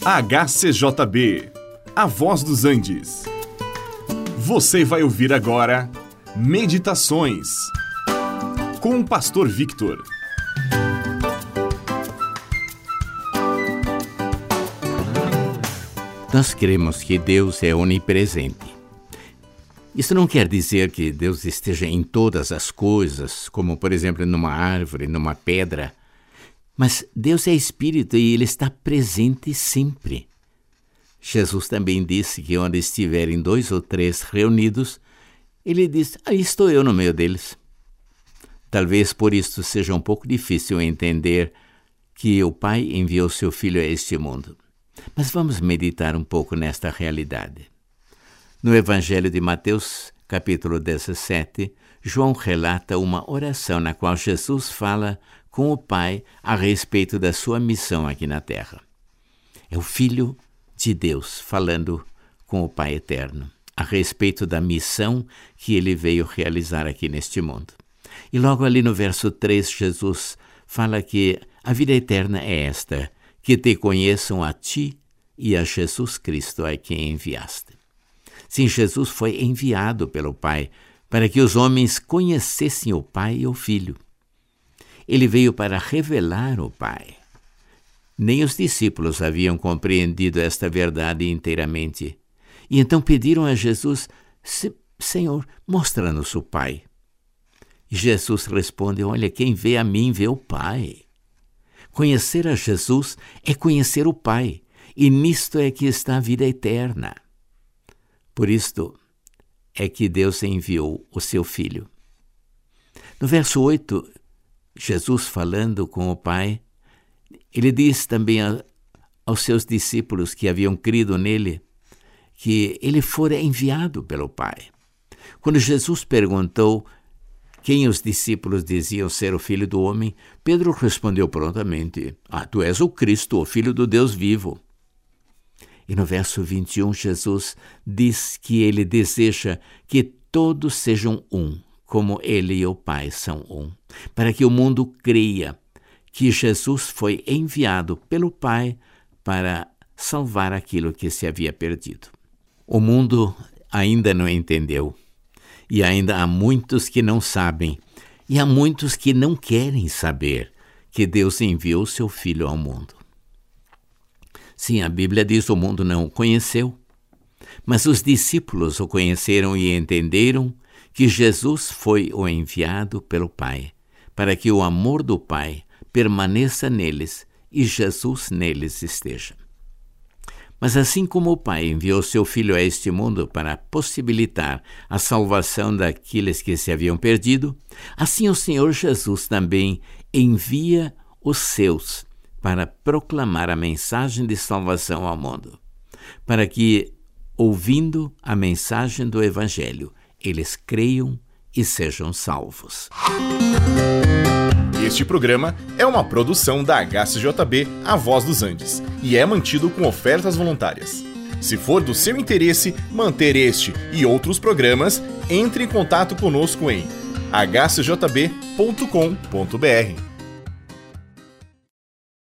HCJB, A Voz dos Andes. Você vai ouvir agora Meditações com o Pastor Victor. Nós cremos que Deus é onipresente. Isso não quer dizer que Deus esteja em todas as coisas, como, por exemplo, numa árvore, numa pedra. Mas Deus é Espírito e Ele está presente sempre. Jesus também disse que onde estiverem 2 ou 3 reunidos, Ele diz, aí estou eu no meio deles. Talvez por isso seja um pouco difícil entender que o Pai enviou seu Filho a este mundo. Mas vamos meditar um pouco nesta realidade. No Evangelho de Mateus, capítulo 17, João relata uma oração na qual Jesus fala com o Pai a respeito da sua missão aqui na Terra. É o Filho de Deus falando com o Pai Eterno a respeito da missão que ele veio realizar aqui neste mundo. E logo ali no verso 3, Jesus fala que a vida eterna é esta, que te conheçam a ti e a Jesus Cristo a quem enviaste. Sim, Jesus foi enviado pelo Pai para que os homens conhecessem o Pai e o Filho. Ele veio para revelar o Pai. Nem os discípulos haviam compreendido esta verdade inteiramente. E então pediram a Jesus, Senhor, mostra-nos o Pai. E Jesus responde, olha, quem vê a mim vê o Pai. Conhecer a Jesus é conhecer o Pai, e nisto é que está a vida eterna. Por isto é que Deus enviou o seu Filho. No verso 8, Jesus falando com o Pai, ele diz também aos seus discípulos que haviam crido nele, que ele fora enviado pelo Pai. Quando Jesus perguntou quem os discípulos diziam ser o Filho do Homem, Pedro respondeu prontamente, tu és o Cristo, o Filho do Deus vivo. E no verso 21, Jesus diz que ele deseja que todos sejam um, como ele e o Pai são um, para que o mundo creia que Jesus foi enviado pelo Pai para salvar aquilo que se havia perdido. O mundo ainda não entendeu, e ainda há muitos que não sabem, e há muitos que não querem saber que Deus enviou seu Filho ao mundo. Sim, a Bíblia diz que o mundo não o conheceu, mas os discípulos o conheceram e entenderam que Jesus foi o enviado pelo Pai, para que o amor do Pai permaneça neles e Jesus neles esteja. Mas assim como o Pai enviou seu Filho a este mundo para possibilitar a salvação daqueles que se haviam perdido, assim o Senhor Jesus também envia os seus para proclamar a mensagem de salvação ao mundo, para que, ouvindo a mensagem do Evangelho, eles creiam e sejam salvos. Este programa é uma produção da HCJB, A Voz dos Andes, e é mantido com ofertas voluntárias. Se for do seu interesse manter este e outros programas, entre em contato conosco em hcjb.com.br.